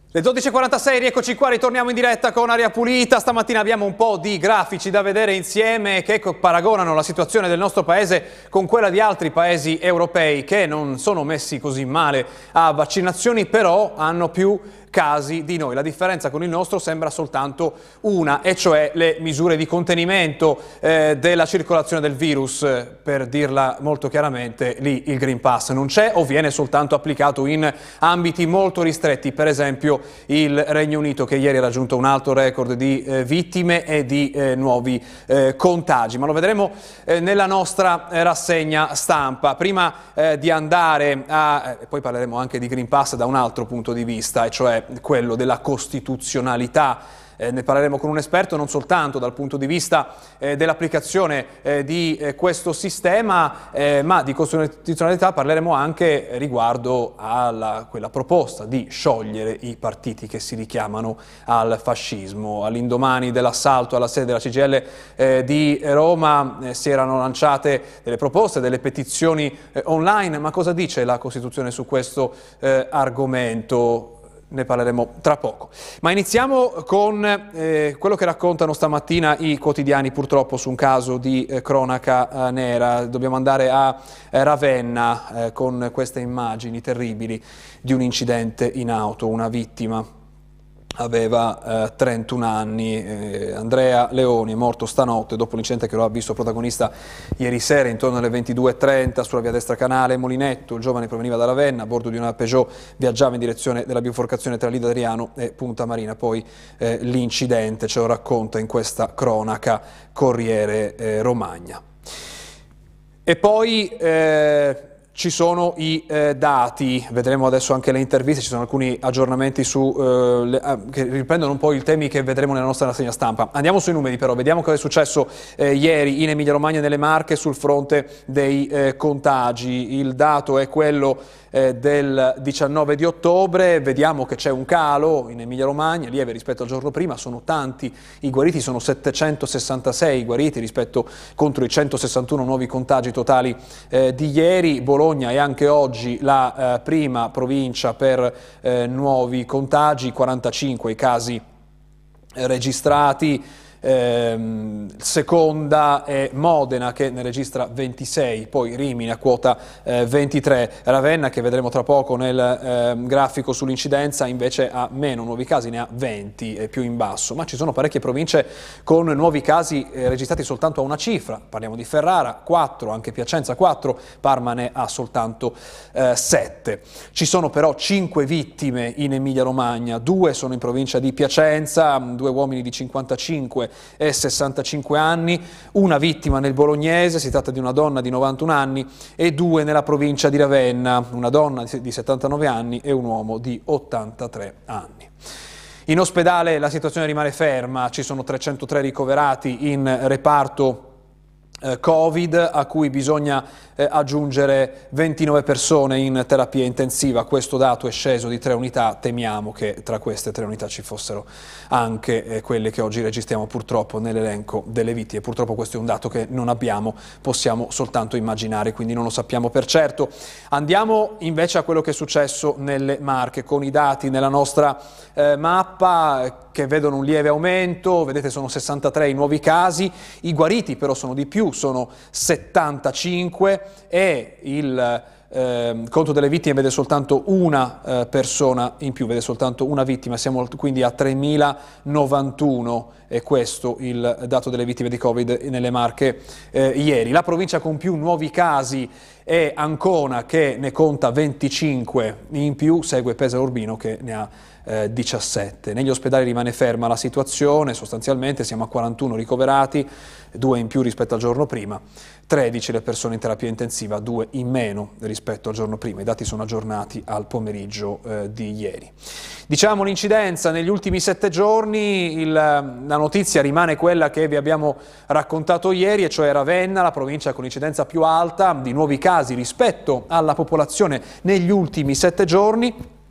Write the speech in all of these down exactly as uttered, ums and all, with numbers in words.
Le dodici e quarantasei, rieccoci qua, ritorniamo in diretta con Aria Pulita. Stamattina abbiamo un po' di grafici da vedere insieme che paragonano la situazione del nostro paese con quella di altri paesi europei che non sono messi così male a vaccinazioni, però hanno più casi di noi. La differenza con il nostro sembra soltanto una, e cioè le misure di contenimento eh, della circolazione del virus. Per dirla molto chiaramente, lì il Green Pass non c'è o viene soltanto applicato in ambiti molto ristretti, per esempio il Regno Unito, che ieri ha raggiunto un alto record di eh, vittime e di eh, nuovi eh, contagi. Ma lo vedremo eh, nella nostra eh, rassegna stampa. Prima eh, di andare a... Eh, poi parleremo anche di Green Pass da un altro punto di vista, e cioè quello della costituzionalità. Eh, ne parleremo con un esperto non soltanto dal punto di vista eh, dell'applicazione eh, di eh, questo sistema, eh, ma di costituzionalità parleremo anche riguardo a quella proposta di sciogliere i partiti che si richiamano al fascismo. All'indomani dell'assalto alla sede della C G I L eh, di Roma eh, si erano lanciate delle proposte, delle petizioni eh, online, ma cosa dice la Costituzione su questo eh, argomento? Ne parleremo tra poco. Ma iniziamo con eh, quello che raccontano stamattina i quotidiani, purtroppo, su un caso di eh, cronaca eh, nera. Dobbiamo andare a eh, Ravenna eh, con queste immagini terribili di un incidente in auto. Una vittima aveva eh, trentuno anni, eh, Andrea Leoni è morto stanotte dopo l'incidente che lo ha visto protagonista ieri sera intorno alle ventidue e trenta sulla via destra Canale Molinetto. Il giovane proveniva da Ravenna, a bordo di una Peugeot viaggiava in direzione della biforcazione tra Lido Adriano e Punta Marina. Poi eh, l'incidente ce lo racconta in questa cronaca Corriere eh, Romagna. E poi... Eh, Ci sono i eh, dati, vedremo adesso anche le interviste, ci sono alcuni aggiornamenti su, eh, le, eh, che riprendono un po' i temi che vedremo nella nostra rassegna stampa. Andiamo sui numeri però, vediamo cosa è successo eh, ieri in Emilia Romagna e nelle Marche sul fronte dei eh, contagi. Il dato è quello eh, del diciannove di ottobre, vediamo che c'è un calo in Emilia Romagna, lieve rispetto al giorno prima, sono tanti i guariti, sono settecentosessantasei guariti rispetto contro i centosessantuno nuovi contagi totali eh, di ieri. Bologna è anche oggi la eh, prima provincia per eh, nuovi contagi, quarantacinque i casi eh, registrati. Eh, seconda è Modena che ne registra ventisei, poi Rimini a quota eh, ventitré, Ravenna, che vedremo tra poco nel eh, grafico sull'incidenza, invece ha meno nuovi casi, ne ha venti, è più in basso. Ma ci sono parecchie province con nuovi casi eh, registrati soltanto a una cifra, parliamo di Ferrara quattro, anche Piacenza quattro, Parma ne ha soltanto eh, sette. Ci sono però cinque vittime in Emilia Romagna, due sono in provincia di Piacenza, due uomini di cinquantacinque e sessantacinque anni, una vittima nel Bolognese, si tratta di una donna di novantuno anni, e due nella provincia di Ravenna, una donna di settantanove anni e un uomo di ottantatré anni. In ospedale la situazione rimane ferma, ci sono trecentotré ricoverati in reparto eh, Covid, a cui bisogna eh, aggiungere ventinove persone in terapia intensiva. Questo dato è sceso di tre unità, temiamo che tra queste tre unità ci fossero anche eh, quelle che oggi registriamo purtroppo nell'elenco delle vittime. Purtroppo questo è un dato che non abbiamo, possiamo soltanto immaginare, quindi non lo sappiamo per certo. Andiamo invece a quello che è successo nelle Marche, con i dati nella nostra eh, mappa che vedono un lieve aumento. Vedete, sono sessantatré i nuovi casi, i guariti però sono di più, sono settantacinque, e il eh, conto delle vittime vede soltanto una eh, persona in più, vede soltanto una vittima, siamo quindi a tremilanovantuno, e questo il dato delle vittime di Covid nelle Marche eh, ieri. La provincia con più nuovi casi è Ancona, che ne conta venticinque in più, segue Pesaro Urbino che ne ha eh, diciassette. Negli ospedali rimane ferma la situazione, sostanzialmente siamo a quarantuno ricoverati, due in più rispetto al giorno prima, tredici le persone in terapia intensiva, due in meno rispetto al giorno prima. I dati sono aggiornati al pomeriggio eh, di ieri. Diciamo l'incidenza negli ultimi sette giorni, il, la notizia rimane quella che vi abbiamo raccontato ieri, e cioè Ravenna, la provincia con l'incidenza più alta di nuovi casi rispetto alla popolazione negli ultimi sette giorni.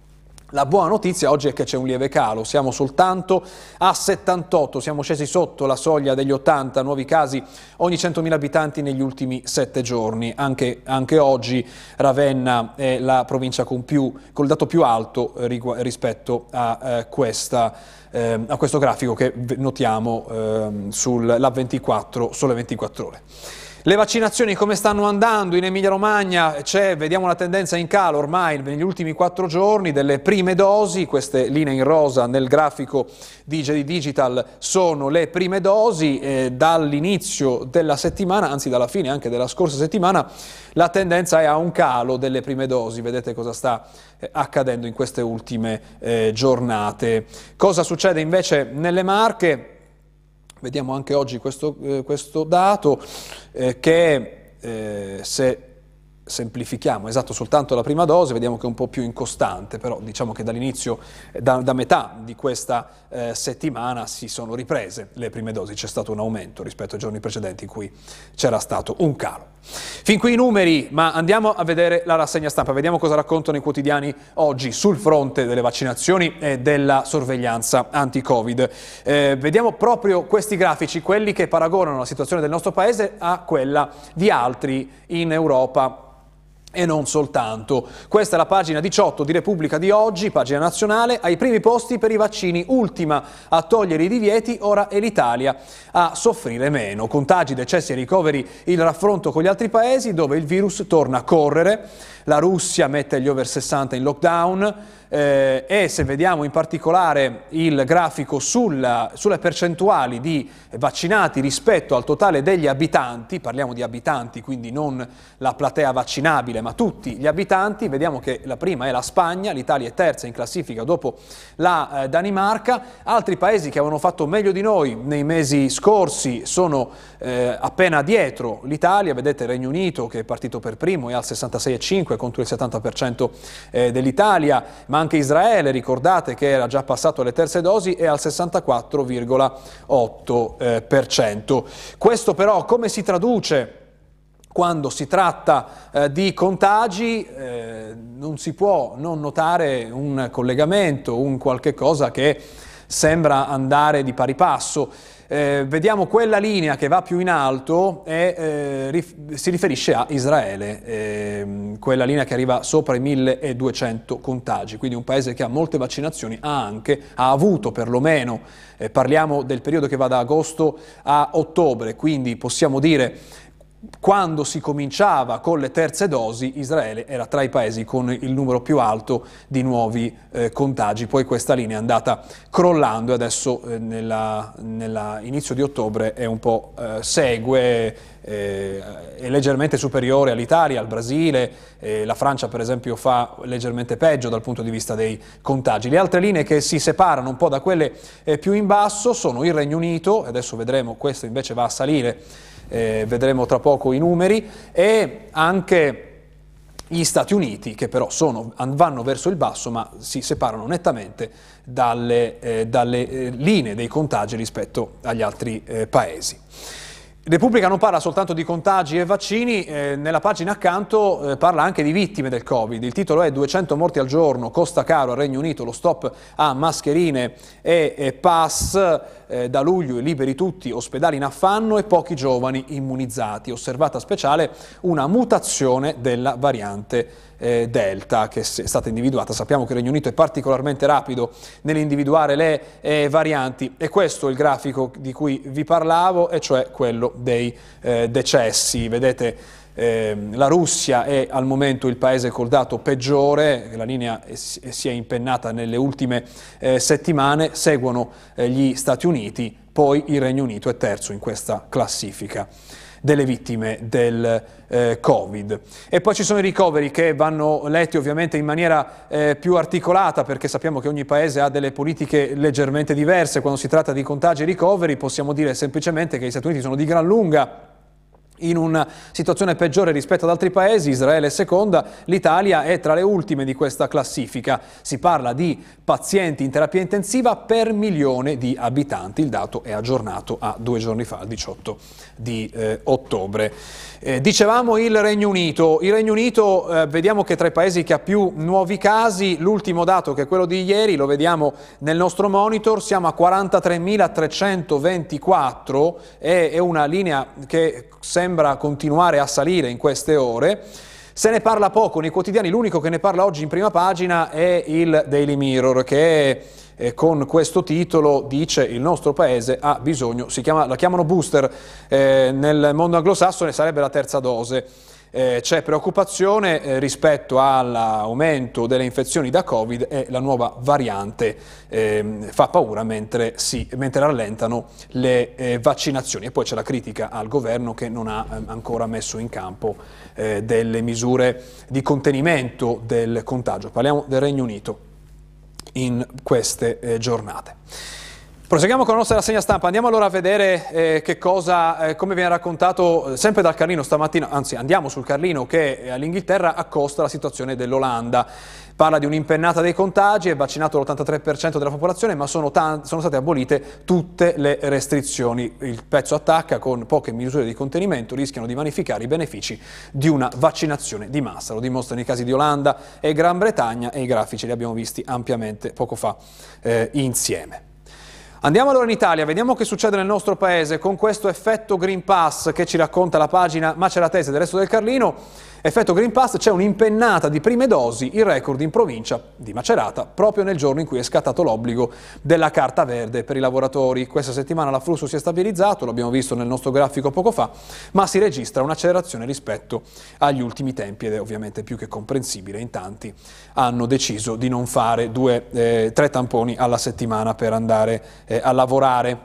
La buona notizia oggi è che c'è un lieve calo, siamo soltanto a settantotto, siamo scesi sotto la soglia degli ottanta nuovi casi ogni centomila abitanti negli ultimi sette giorni. Anche, anche oggi Ravenna è la provincia con più, col dato più alto eh, rispetto a, eh, questa, eh, a questo grafico che notiamo eh, sull'A ventiquattro, Sole ventiquattro Ore. Le vaccinazioni come stanno andando in Emilia-Romagna? C'è, vediamo una tendenza in calo ormai negli ultimi quattro giorni delle prime dosi, queste linee in rosa nel grafico di J D Digital sono le prime dosi, eh, dall'inizio della settimana, anzi dalla fine anche della scorsa settimana, la tendenza è a un calo delle prime dosi, vedete cosa sta eh, accadendo in queste ultime eh, giornate. Cosa succede invece nelle Marche? Vediamo anche oggi questo, eh, questo dato eh, che eh, se semplifichiamo esatto soltanto la prima dose vediamo che è un po' più incostante, però diciamo che dall'inizio, da, da metà di questa eh, settimana si sono riprese le prime dosi, c'è stato un aumento rispetto ai giorni precedenti in cui c'era stato un calo. Fin qui i numeri, ma andiamo a vedere la rassegna stampa, vediamo cosa raccontano i quotidiani oggi sul fronte delle vaccinazioni e della sorveglianza anti-Covid. Eh, vediamo proprio questi grafici, quelli che paragonano la situazione del nostro paese a quella di altri in Europa e non soltanto. Questa è la pagina diciotto di Repubblica di oggi, pagina nazionale, ai primi posti per i vaccini, ultima a togliere i divieti, ora è l'Italia a soffrire meno. Contagi, decessi e ricoveri, il raffronto con gli altri paesi dove il virus torna a correre. La Russia mette gli over sessanta in lockdown eh, e se vediamo in particolare il grafico sulla, sulle percentuali di vaccinati rispetto al totale degli abitanti, parliamo di abitanti quindi non la platea vaccinabile ma tutti gli abitanti, vediamo che la prima è la Spagna, l'Italia è terza in classifica dopo la eh, Danimarca, altri paesi che avevano fatto meglio di noi nei mesi scorsi sono eh, appena dietro l'Italia, vedete il Regno Unito che è partito per primo è al sessantasei virgola cinque contro il settanta per cento eh, dell'Italia, ma anche Israele, ricordate che era già passato alle terze dosi, è al sessantaquattro virgola otto per cento. Questo però come si traduce quando si tratta eh, di contagi? Eh, non si può non notare un collegamento, un qualche cosa che sembra andare di pari passo. Eh, vediamo quella linea che va più in alto e eh, rif- si riferisce a Israele, eh, quella linea che arriva sopra i milleduecento contagi, quindi un paese che ha molte vaccinazioni ha anche, ha avuto perlomeno, eh, parliamo del periodo che va da agosto a ottobre, quindi possiamo dire quando si cominciava con le terze dosi Israele era tra i paesi con il numero più alto di nuovi eh, contagi, poi questa linea è andata crollando e adesso eh, nell'inizio di ottobre è un po' eh, segue, eh, è leggermente superiore all'Italia, al Brasile, eh, la Francia per esempio fa leggermente peggio dal punto di vista dei contagi. Le altre linee che si separano un po' da quelle eh, più in basso sono il Regno Unito, adesso vedremo, questo invece va a salire, Eh, vedremo tra poco i numeri, e anche gli Stati Uniti che però sono, vanno verso il basso ma si separano nettamente dalle, eh, dalle eh, linee dei contagi rispetto agli altri eh, paesi. Repubblica non parla soltanto di contagi e vaccini, eh, nella pagina accanto eh, parla anche di vittime del Covid. Il titolo è duecento morti al giorno, costa caro al Regno Unito lo stop a mascherine e, e pass, eh, da luglio liberi tutti, ospedali in affanno e pochi giovani immunizzati. Osservata speciale una mutazione della variante eh, Delta che è stata individuata. Sappiamo che il Regno Unito è particolarmente rapido nell'individuare le eh, varianti e questo è il grafico di cui vi parlavo, e cioè quello dei eh, decessi. Vedete eh, la Russia è al momento il paese col dato peggiore, la linea è, si è impennata nelle ultime eh, settimane, seguono eh, gli Stati Uniti, poi il Regno Unito è terzo in questa classifica delle vittime del eh, Covid. E poi ci sono i ricoveri che vanno letti ovviamente in maniera eh, più articolata, perché sappiamo che ogni paese ha delle politiche leggermente diverse. Quando si tratta di contagi e ricoveri possiamo dire semplicemente che gli Stati Uniti sono di gran lunga in una situazione peggiore rispetto ad altri paesi. Israele è seconda, l'Italia è tra le ultime di questa classifica. Si parla di pazienti in terapia intensiva per milione di abitanti. Il dato è aggiornato a due giorni fa, il diciotto di eh, ottobre. Eh, dicevamo il Regno Unito. Il Regno Unito, eh, vediamo che tra i paesi che ha più nuovi casi, l'ultimo dato che è quello di ieri, lo vediamo nel nostro monitor, siamo a quarantatremilatrecentoventiquattro, è, è una linea che sembra continuare a salire in queste ore. Se ne parla poco nei quotidiani, l'unico che ne parla oggi in prima pagina è il Daily Mirror, che eh, con questo titolo dice: il nostro paese ha bisogno, si chiama, la chiamano booster, eh, nel mondo anglosassone sarebbe la terza dose. Eh, c'è preoccupazione eh, rispetto all'aumento delle infezioni da Covid e la nuova variante eh, fa paura mentre, si, mentre rallentano le eh, vaccinazioni. E poi c'è la critica al governo che non ha eh, ancora messo in campo eh, delle misure di contenimento del contagio. Parliamo del Regno Unito in queste eh, giornate. Proseguiamo con la nostra rassegna stampa, andiamo allora a vedere eh, che cosa, eh, come viene raccontato eh, sempre dal Carlino stamattina, anzi andiamo sul Carlino che eh, all'Inghilterra accosta la situazione dell'Olanda. Parla di un'impennata dei contagi, è vaccinato l'ottantatré per cento della popolazione, ma sono, sono state abolite tutte le restrizioni. Il pezzo attacca: con poche misure di contenimento rischiano di vanificare i benefici di una vaccinazione di massa. Lo dimostrano i casi di Olanda e Gran Bretagna e i grafici li abbiamo visti ampiamente poco fa eh, insieme. Andiamo allora in Italia, vediamo che succede nel nostro paese con questo effetto Green Pass che ci racconta la pagina Maceratese del Resto del Carlino. Effetto Green Pass, c'è un'impennata di prime dosi, il record in provincia di Macerata, proprio nel giorno in cui è scattato l'obbligo della carta verde per i lavoratori. Questa settimana l'afflusso si è stabilizzato, l'abbiamo visto nel nostro grafico poco fa, ma si registra un'accelerazione rispetto agli ultimi tempi ed è ovviamente più che comprensibile. In tanti hanno deciso di non fare due, eh, tre tamponi alla settimana per andare eh, a lavorare.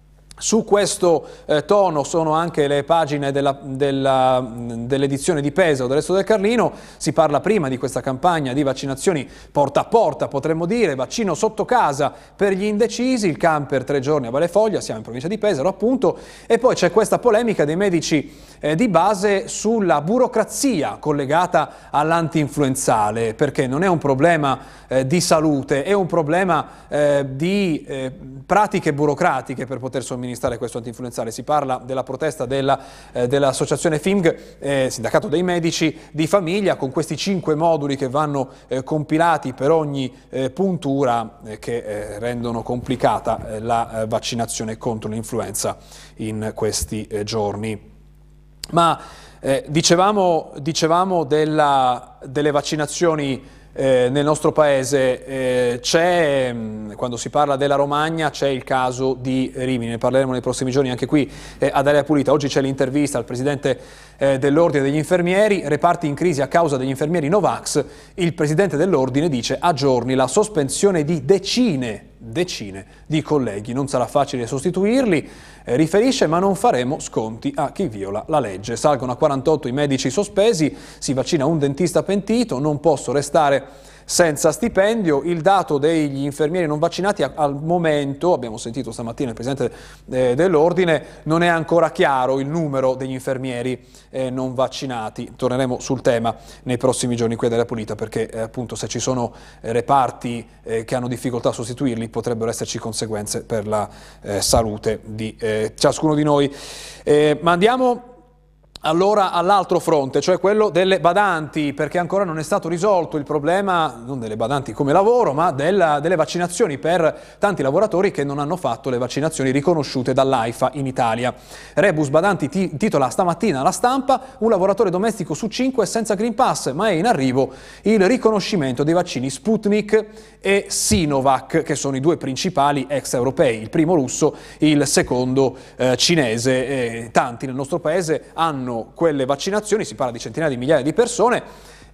Su questo eh, tono sono anche le pagine della, della, dell'edizione di Pesaro del Resto del Carlino. Si parla prima di questa campagna di vaccinazioni porta a porta, potremmo dire, vaccino sotto casa per gli indecisi, il camper tre giorni a Valefoglia, siamo in provincia di Pesaro appunto, e poi c'è questa polemica dei medici eh, di base sulla burocrazia collegata all'anti-influenzale, perché non è un problema eh, di salute, è un problema eh, di eh, pratiche burocratiche per poter somministrare questo antinfluenzale. Si parla della protesta della, eh, dell'associazione F I M G, eh, sindacato dei medici di famiglia, con questi cinque moduli che vanno eh, compilati per ogni eh, puntura eh, che eh, rendono complicata eh, la eh, vaccinazione contro l'influenza in questi eh, giorni. Ma eh, dicevamo, dicevamo della, delle vaccinazioni Eh, nel nostro paese, eh, c'è, quando si parla della Romagna, c'è il caso di Rimini, ne parleremo nei prossimi giorni anche qui eh, ad Aria Pulita. Oggi c'è l'intervista al presidente eh, dell'Ordine degli Infermieri, reparti in crisi a causa degli infermieri Novax. Il presidente dell'Ordine dice: a giorni la sospensione di decine, decine di colleghi, non sarà facile sostituirli, eh, riferisce, ma non faremo sconti a chi viola la legge. Salgono a quarantotto i medici sospesi, si vaccina un dentista pentito, non posso restare senza stipendio. Il dato degli infermieri non vaccinati al momento, abbiamo sentito stamattina il presidente eh, dell'Ordine, non è ancora chiaro il numero degli infermieri eh, non vaccinati. Torneremo sul tema nei prossimi giorni qui della Pulita, perché eh, appunto se ci sono eh, reparti eh, che hanno difficoltà a sostituirli potrebbero esserci conseguenze per la eh, salute di eh, ciascuno di noi. Eh, ma andiamo allora all'altro fronte, cioè quello delle badanti, perché ancora non è stato risolto il problema, non delle badanti come lavoro, ma della, delle vaccinazioni per tanti lavoratori che non hanno fatto le vaccinazioni riconosciute dall'AIFA in Italia. Rebus Badanti ti, titola stamattina La Stampa: un lavoratore domestico su cinque è senza Green Pass, ma è in arrivo il riconoscimento dei vaccini Sputnik e Sinovac, che sono i due principali extraeuropei, il primo russo, il secondo eh, cinese. Eh, tanti nel nostro paese hanno quelle vaccinazioni, si parla di centinaia di migliaia di persone,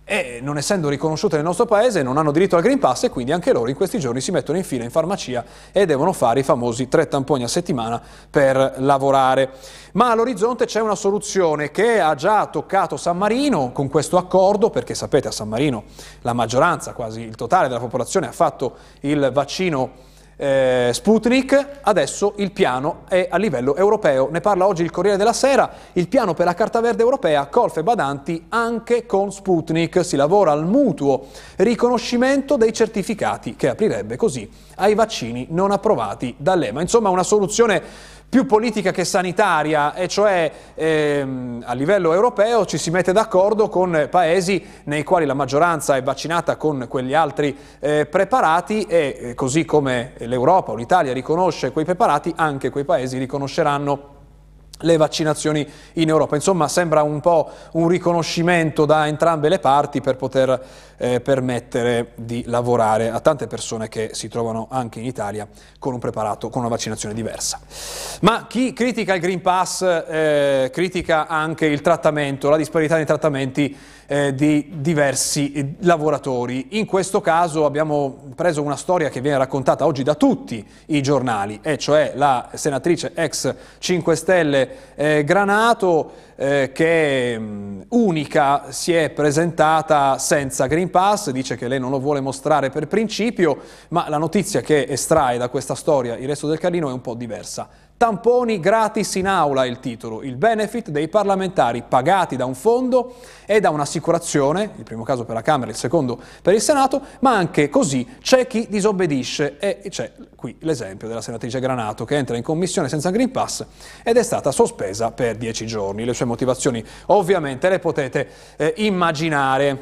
e non essendo riconosciute nel nostro paese non hanno diritto al Green Pass, e quindi anche loro in questi giorni si mettono in fila in farmacia e devono fare i famosi tre tamponi a settimana per lavorare. Ma all'orizzonte c'è una soluzione che ha già toccato San Marino con questo accordo, perché sapete, a San Marino la maggioranza, quasi il totale della popolazione, ha fatto il vaccino eh, Sputnik, adesso il piano è a livello europeo. Ne parla oggi il Corriere della Sera, il piano per la Carta Verde europea, colf e badanti anche con Sputnik. Si lavora al mutuo riconoscimento dei certificati che aprirebbe così ai vaccini non approvati dall'E M A. Insomma, una soluzione più politica che sanitaria, e cioè ehm, a livello europeo ci si mette d'accordo con paesi nei quali la maggioranza è vaccinata con quegli altri eh, preparati e eh, così come l'Europa o l'Italia riconosce quei preparati, anche quei paesi riconosceranno le vaccinazioni in Europa. Insomma, sembra un po' un riconoscimento da entrambe le parti per poter eh, permettere di lavorare a tante persone che si trovano anche in Italia con un preparato, con una vaccinazione diversa. Ma chi critica il Green Pass eh, critica anche il trattamento, la disparità nei trattamenti eh, di diversi lavoratori. In questo caso abbiamo preso una storia che viene raccontata oggi da tutti i giornali, e cioè la senatrice ex cinque Stelle Eh, Granato, eh, che mh, unica si è presentata senza Green Pass, dice che lei non lo vuole mostrare per principio, ma la notizia che estrae da questa storia il Resto del Carlino è un po' diversa. Tamponi gratis in aula è il titolo, il benefit dei parlamentari pagati da un fondo e da un'assicurazione, il primo caso per la Camera, il secondo per il Senato, ma anche così c'è chi disobbedisce, e c'è qui l'esempio della senatrice Granato che entra in commissione senza Green Pass ed è stata sospesa per dieci giorni. Le sue motivazioni ovviamente le potete eh, immaginare.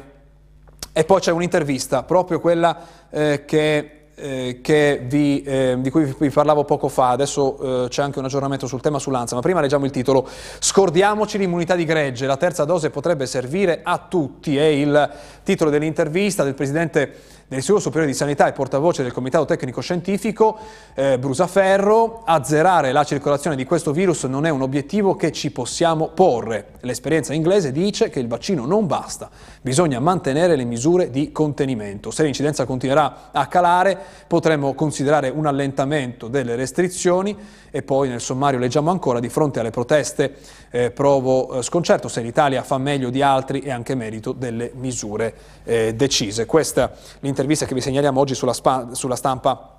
E poi c'è un'intervista, proprio quella eh, che... Eh, che vi, eh, di cui vi parlavo poco fa. Adesso eh, c'è anche un aggiornamento sul tema sull'ANSA, ma prima leggiamo il titolo. Scordiamoci l'immunità di gregge, la terza dose potrebbe servire a tutti, è il titolo dell'intervista del presidente dell'Istituto Superiore di Sanità e portavoce del Comitato Tecnico Scientifico eh, Brusaferro. Azzerare la circolazione di questo virus non è un obiettivo che ci possiamo porre. L'esperienza inglese dice che il vaccino non basta, bisogna mantenere le misure di contenimento. Se l'incidenza continuerà a calare potremmo considerare un allentamento delle restrizioni. E poi nel sommario leggiamo ancora: di fronte alle proteste eh, provo eh, sconcerto, se l'Italia fa meglio di altri è anche merito delle misure eh, decise. Questa l'intervista che vi segnaliamo oggi sulla, spa, sulla Stampa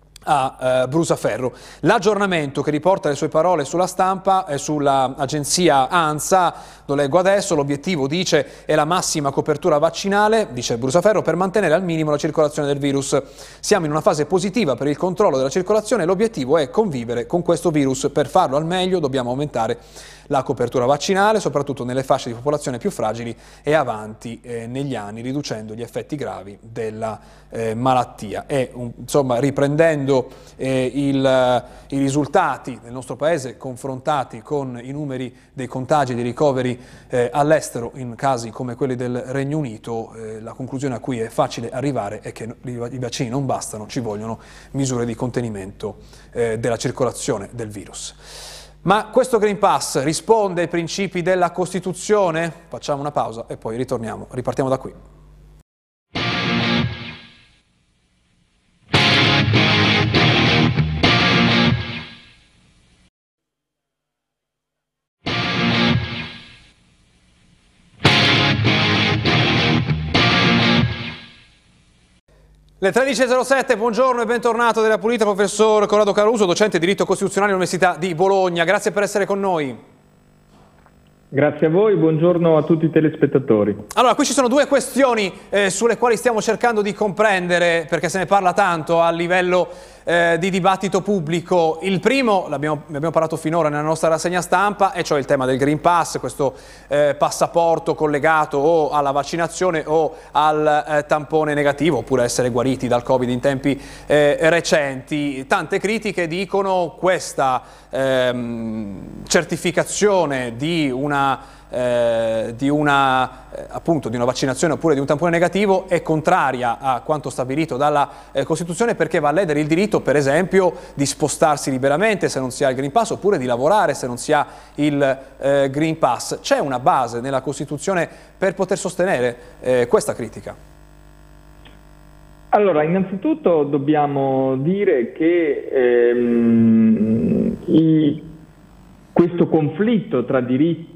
a eh, Brusaferro. L'aggiornamento che riporta le sue parole sulla Stampa e sull'agenzia ANSA, lo leggo adesso. L'obiettivo, dice, è la massima copertura vaccinale, dice Brusaferro, per mantenere al minimo la circolazione del virus. Siamo in una fase positiva per il controllo della circolazione, l'obiettivo è convivere con questo virus. Per farlo al meglio dobbiamo aumentare la copertura vaccinale, soprattutto nelle fasce di popolazione più fragili e avanti eh, negli anni, riducendo gli effetti gravi della eh, malattia. E un, insomma, riprendendo eh, il, uh, i risultati del nostro paese confrontati con i numeri dei contagi e dei ricoveri eh, all'estero in casi come quelli del Regno Unito, eh, la conclusione a cui è facile arrivare è che i vaccini non bastano, ci vogliono misure di contenimento eh, della circolazione del virus. Ma questo Green Pass risponde ai principi della Costituzione? Facciamo una pausa e poi ritorniamo, ripartiamo da qui. Le tredici e zero sette, buongiorno e bentornato della Pulita, professor Corrado Caruso, docente di diritto costituzionale all'Università di Bologna. Grazie per essere con noi. Grazie a voi, buongiorno a tutti i telespettatori. Allora, qui ci sono due questioni eh, sulle quali stiamo cercando di comprendere, perché se ne parla tanto a livello eh, di dibattito pubblico. Il primo, l'abbiamo abbiamo parlato finora nella nostra rassegna stampa, e cioè il tema del Green Pass, questo eh, passaporto collegato o alla vaccinazione o al eh, tampone negativo, oppure essere guariti dal Covid in tempi eh, recenti. Tante critiche dicono questa ehm, certificazione di una Eh, di una eh, appunto di una vaccinazione oppure di un tampone negativo è contraria a quanto stabilito dalla eh, Costituzione, perché va a ledere il diritto, per esempio, di spostarsi liberamente se non si ha il Green Pass, oppure di lavorare se non si ha il eh, Green Pass. C'è una base nella Costituzione per poter sostenere eh, questa critica? Allora, innanzitutto dobbiamo dire che ehm, i questo conflitto tra diritti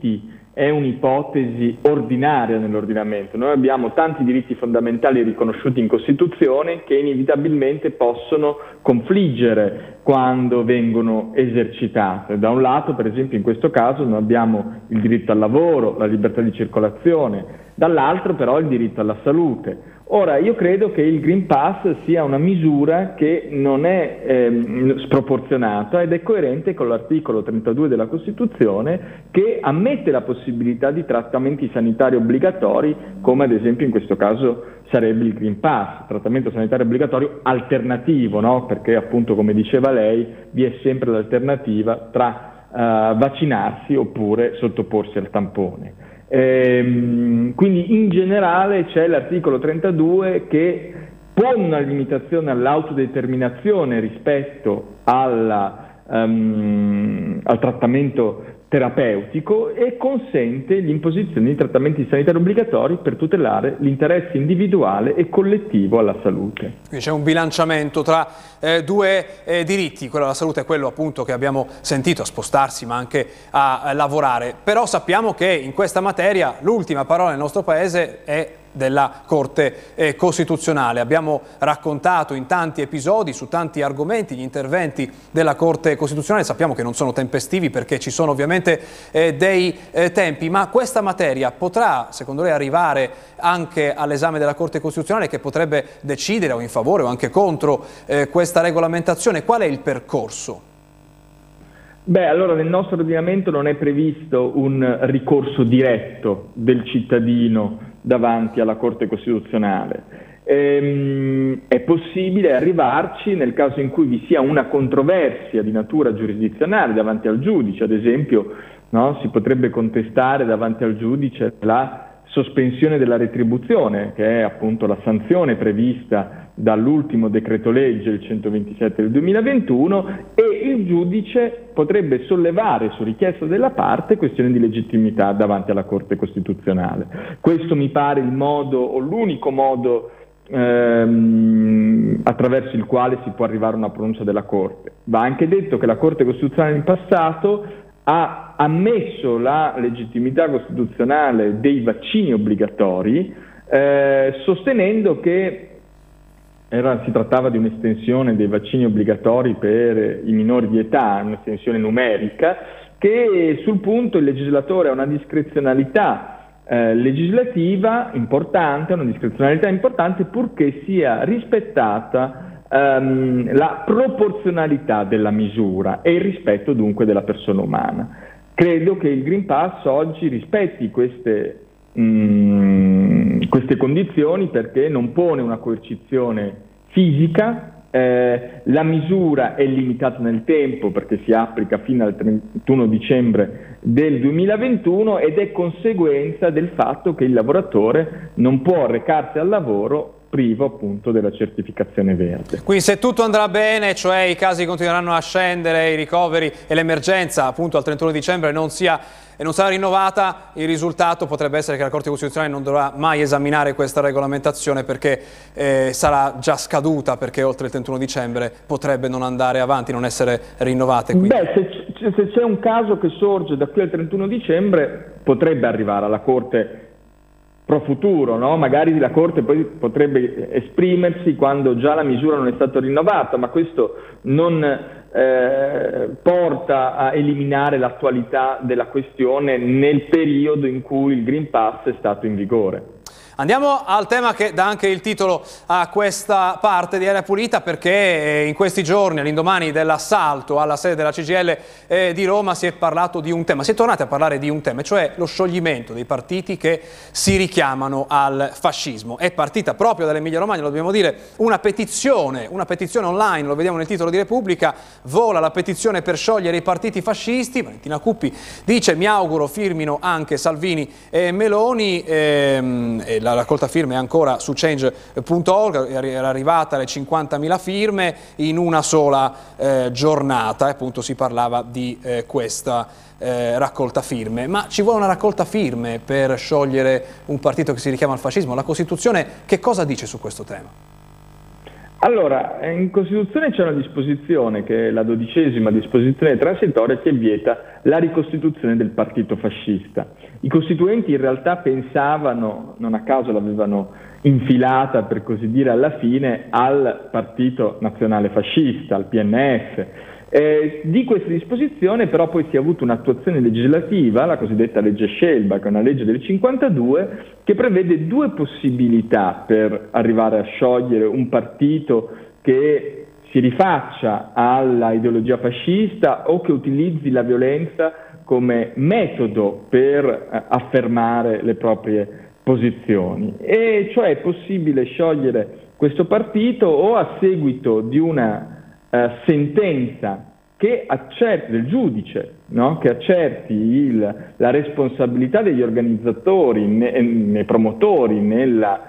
è un'ipotesi ordinaria nell'ordinamento. Noi abbiamo tanti diritti fondamentali riconosciuti in Costituzione che inevitabilmente possono confliggere quando vengono esercitate. Da un lato, per esempio, in questo caso noi abbiamo il diritto al lavoro, la libertà di circolazione, dall'altro però il diritto alla salute. Ora, io credo che il Green Pass sia una misura che non è ehm, sproporzionata ed è coerente con l'articolo trentadue della Costituzione, che ammette la possibilità di trattamenti sanitari obbligatori, come ad esempio in questo caso sarebbe il Green Pass, trattamento sanitario obbligatorio alternativo, no? Perché appunto, come diceva lei, vi è sempre l'alternativa tra uh, vaccinarsi oppure sottoporsi al tampone. Ehm, quindi in generale c'è l'articolo trentadue che pone una limitazione all'autodeterminazione rispetto alla, um, al trattamento terapeutico e consente l'imposizione di trattamenti sanitari obbligatori per tutelare l'interesse individuale e collettivo alla salute. Quindi c'è un bilanciamento tra eh, due eh, diritti, quello alla salute è quello appunto che abbiamo sentito, a spostarsi ma anche a, a lavorare. Però sappiamo che in questa materia l'ultima parola nel nostro Paese è della Corte eh, Costituzionale. Abbiamo raccontato in tanti episodi, su tanti argomenti, gli interventi della Corte Costituzionale. Sappiamo che non sono tempestivi perché ci sono ovviamente eh, dei eh, tempi, ma questa materia potrà, secondo lei, arrivare anche all'esame della Corte Costituzionale, che potrebbe decidere o in favore o anche contro eh, questa regolamentazione? Qual è il percorso? Beh, allora nel nostro ordinamento non è previsto un ricorso diretto del cittadino davanti alla Corte Costituzionale. Ehm, è possibile arrivarci nel caso in cui vi sia una controversia di natura giurisdizionale davanti al giudice, ad esempio, no? Si potrebbe contestare davanti al giudice la sospensione della retribuzione, che è appunto la sanzione prevista dall'ultimo decreto legge, il centoventisette del duemilaventuno, e il giudice potrebbe sollevare su richiesta della parte questioni di legittimità davanti alla Corte Costituzionale. Questo mi pare il modo o l'unico modo ehm, attraverso il quale si può arrivare a una pronuncia della Corte. Va anche detto che la Corte Costituzionale in passato ha ammesso la legittimità costituzionale dei vaccini obbligatori, eh, sostenendo che era, si trattava di un'estensione dei vaccini obbligatori per i minori di età, un'estensione numerica, che sul punto il legislatore ha una discrezionalità eh, legislativa importante, una discrezionalità importante purché sia rispettata Um, la proporzionalità della misura e il rispetto dunque della persona umana. Credo che il Green Pass oggi rispetti queste, um, queste condizioni, perché non pone una coercizione fisica, eh, la misura è limitata nel tempo perché si applica fino al trentuno dicembre del duemilaventuno ed è conseguenza del fatto che il lavoratore non può recarsi al lavoro privo appunto della certificazione verde. Quindi se tutto andrà bene, cioè i casi continueranno a scendere, i ricoveri e l'emergenza appunto al trentuno dicembre non sia e non sarà rinnovata, il risultato potrebbe essere che la Corte Costituzionale non dovrà mai esaminare questa regolamentazione perché eh, sarà già scaduta, perché oltre il trentuno dicembre potrebbe non andare avanti, non essere rinnovate. Quindi... Beh, se, se c'è un caso che sorge da qui al trentuno dicembre potrebbe arrivare alla Corte pro futuro, no? Magari la Corte poi potrebbe esprimersi quando già la misura non è stata rinnovata, ma questo non eh, porta a eliminare l'attualità della questione nel periodo in cui il Green Pass è stato in vigore. Andiamo al tema che dà anche il titolo a questa parte di Aria Pulita, perché in questi giorni, all'indomani dell'assalto alla sede della C G I L eh, di Roma, si è parlato di un tema, si è tornati a parlare di un tema, cioè lo scioglimento dei partiti che si richiamano al fascismo. È partita proprio dall'Emilia Romagna, lo dobbiamo dire, una petizione, una petizione online, lo vediamo nel titolo di Repubblica, vola la petizione per sciogliere i partiti fascisti. Valentina Cuppi dice: mi auguro firmino anche Salvini e Meloni. Ehm, e la La raccolta firme è ancora su change punto org, era arrivata alle cinquantamila firme in una sola eh, giornata, e appunto si parlava di eh, questa eh, raccolta firme. Ma ci vuole una raccolta firme per sciogliere un partito che si richiama al fascismo? La Costituzione che cosa dice su questo tema? Allora, in Costituzione c'è una disposizione, che è la dodicesima disposizione transitoria, che vieta la ricostituzione del partito fascista. I costituenti in realtà pensavano, non a caso l'avevano infilata per così dire alla fine, al Partito Nazionale Fascista, al P N F. Eh, di questa disposizione però poi si è avuta un'attuazione legislativa, la cosiddetta legge Scelba, che è una legge del cinquantadue, che prevede due possibilità per arrivare a sciogliere un partito che si rifaccia alla ideologia fascista o che utilizzi la violenza come metodo per eh, affermare le proprie posizioni. E cioè è possibile sciogliere questo partito o a seguito di una Uh, sentenza che accerti, del giudice, no? Che accerti il, la responsabilità degli organizzatori, ne, nei promotori, nella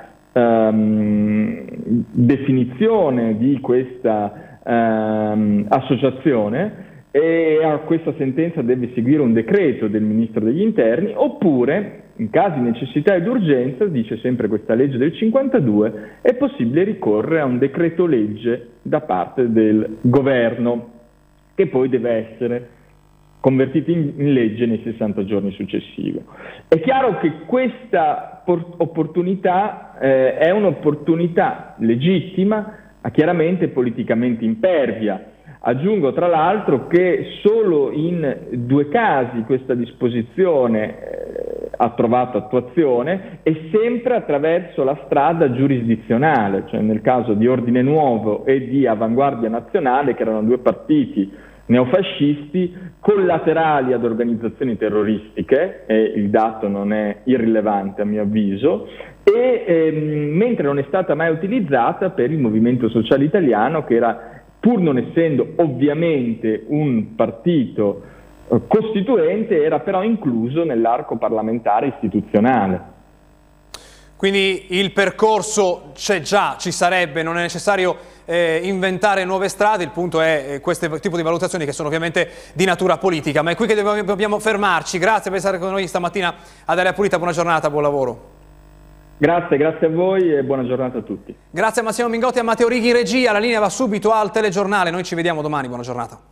um, definizione di questa um, associazione, e a questa sentenza deve seguire un decreto del Ministro degli Interni, oppure in casi di necessità ed urgenza, dice sempre questa legge del cinquantadue, è possibile ricorrere a un decreto legge da parte del governo, che poi deve essere convertito in, in legge nei sessanta giorni successivi. È chiaro che questa opportunità eh, è un'opportunità legittima, ma chiaramente politicamente impervia. Aggiungo tra l'altro che solo in due casi questa disposizione eh, ha trovato attuazione, e sempre attraverso la strada giurisdizionale, cioè nel caso di Ordine Nuovo e di Avanguardia Nazionale, che erano due partiti neofascisti collaterali ad organizzazioni terroristiche, e il dato non è irrilevante a mio avviso, e ehm, mentre non è stata mai utilizzata per il Movimento Sociale Italiano, che era, pur non essendo ovviamente un partito eh, costituente, era però incluso nell'arco parlamentare istituzionale. Quindi il percorso c'è già, ci sarebbe, non è necessario eh, inventare nuove strade, il punto è eh, questo tipo di valutazioni che sono ovviamente di natura politica, ma è qui che dobbiamo, dobbiamo fermarci. Grazie per essere con noi stamattina ad Aria Pulita, buona giornata, buon lavoro. Grazie, grazie a voi e buona giornata a tutti. Grazie a Massimo Mingotti e a Matteo Righi in regia, la linea va subito al telegiornale, noi ci vediamo domani, buona giornata.